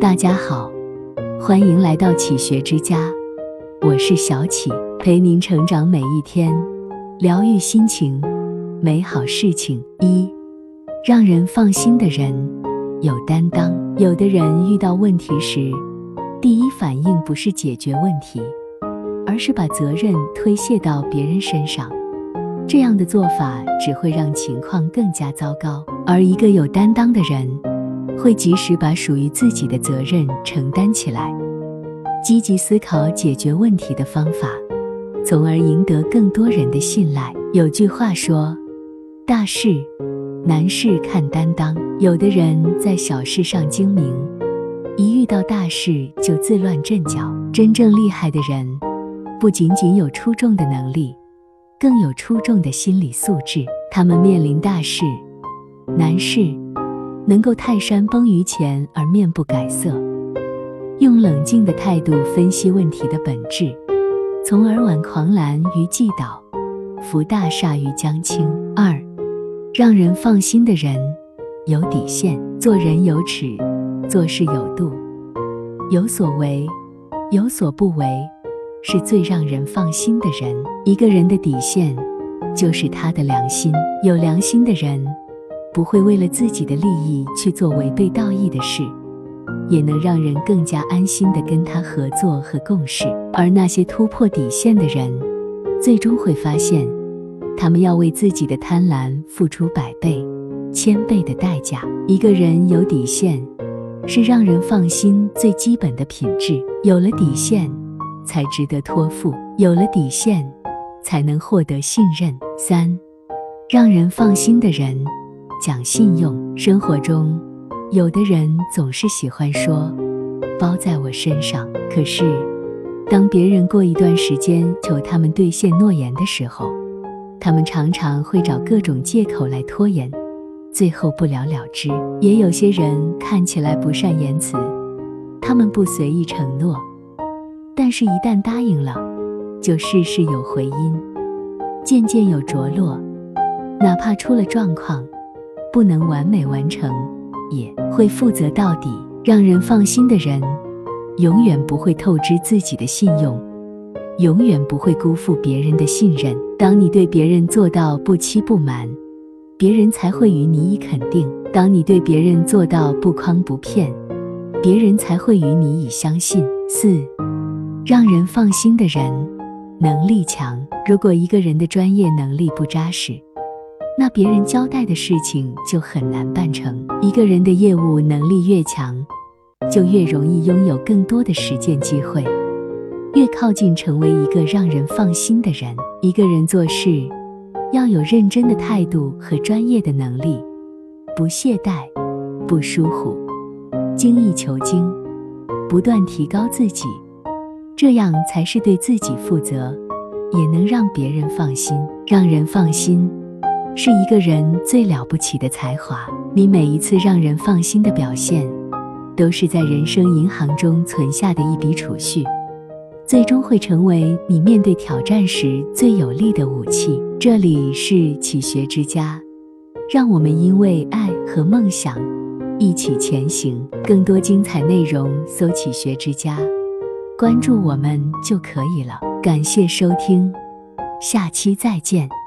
大家好，欢迎来到启学之家，我是小启，陪您成长每一天，疗愈心情，美好事情。让人放心的人有担当。有的人遇到问题时，第一反应不是解决问题，而是把责任推卸到别人身上。这样的做法只会让情况更加糟糕。而一个有担当的人，会及时把属于自己的责任承担起来，积极思考解决问题的方法，从而赢得更多人的信赖。有句话说，大事难事看担当。有的人在小事上精明，一遇到大事就自乱阵脚。真正厉害的人，不仅仅有出众的能力，更有出众的心理素质。他们面临大事难事，能够泰山崩于前而面不改色，用冷静的态度分析问题的本质，从而挽狂澜于既倒，扶大厦于将倾。让人放心的人有底线。做人有尺，做事有度，有所为，有所不为，是最让人放心的人。一个人的底线就是他的良心。有良心的人不会为了自己的利益去做违背道义的事，也能让人更加安心地跟他合作和共事。而那些突破底线的人，最终会发现，他们要为自己的贪婪付出100倍、1000倍的代价。一个人有底线，是让人放心最基本的品质。有了底线，才值得托付；有了底线，才能获得信任。让人放心的人讲信用。生活中，有的人总是喜欢说包在我身上，可是当别人过一段时间求他们兑现诺言的时候，他们常常会找各种借口来拖延，最后不了了之。也有些人看起来不善言辞，他们不随意承诺，但是一旦答应了，就事事有回音，渐渐有着落，哪怕出了状况，不能完美完成，也会负责到底。让人放心的人，永远不会透支自己的信用，永远不会辜负别人的信任。当你对别人做到不欺不瞒，别人才会予你以肯定；当你对别人做到不诓不骗，别人才会予你以相信。让人放心的人能力强。如果一个人的专业能力不扎实，那别人交代的事情就很难办成。一个人的业务能力越强，就越容易拥有更多的实践机会，越靠近成为一个让人放心的人。一个人做事要有认真的态度和专业的能力，不懈怠，不疏忽，精益求精，不断提高自己，这样才是对自己负责，也能让别人放心。让人放心是一个人最了不起的才华。你每一次让人放心的表现，都是在人生银行中存下的一笔储蓄，最终会成为你面对挑战时最有力的武器。这里是启学之家，让我们因为爱和梦想一起前行。更多精彩内容搜启学之家，关注我们就可以了。感谢收听，下期再见。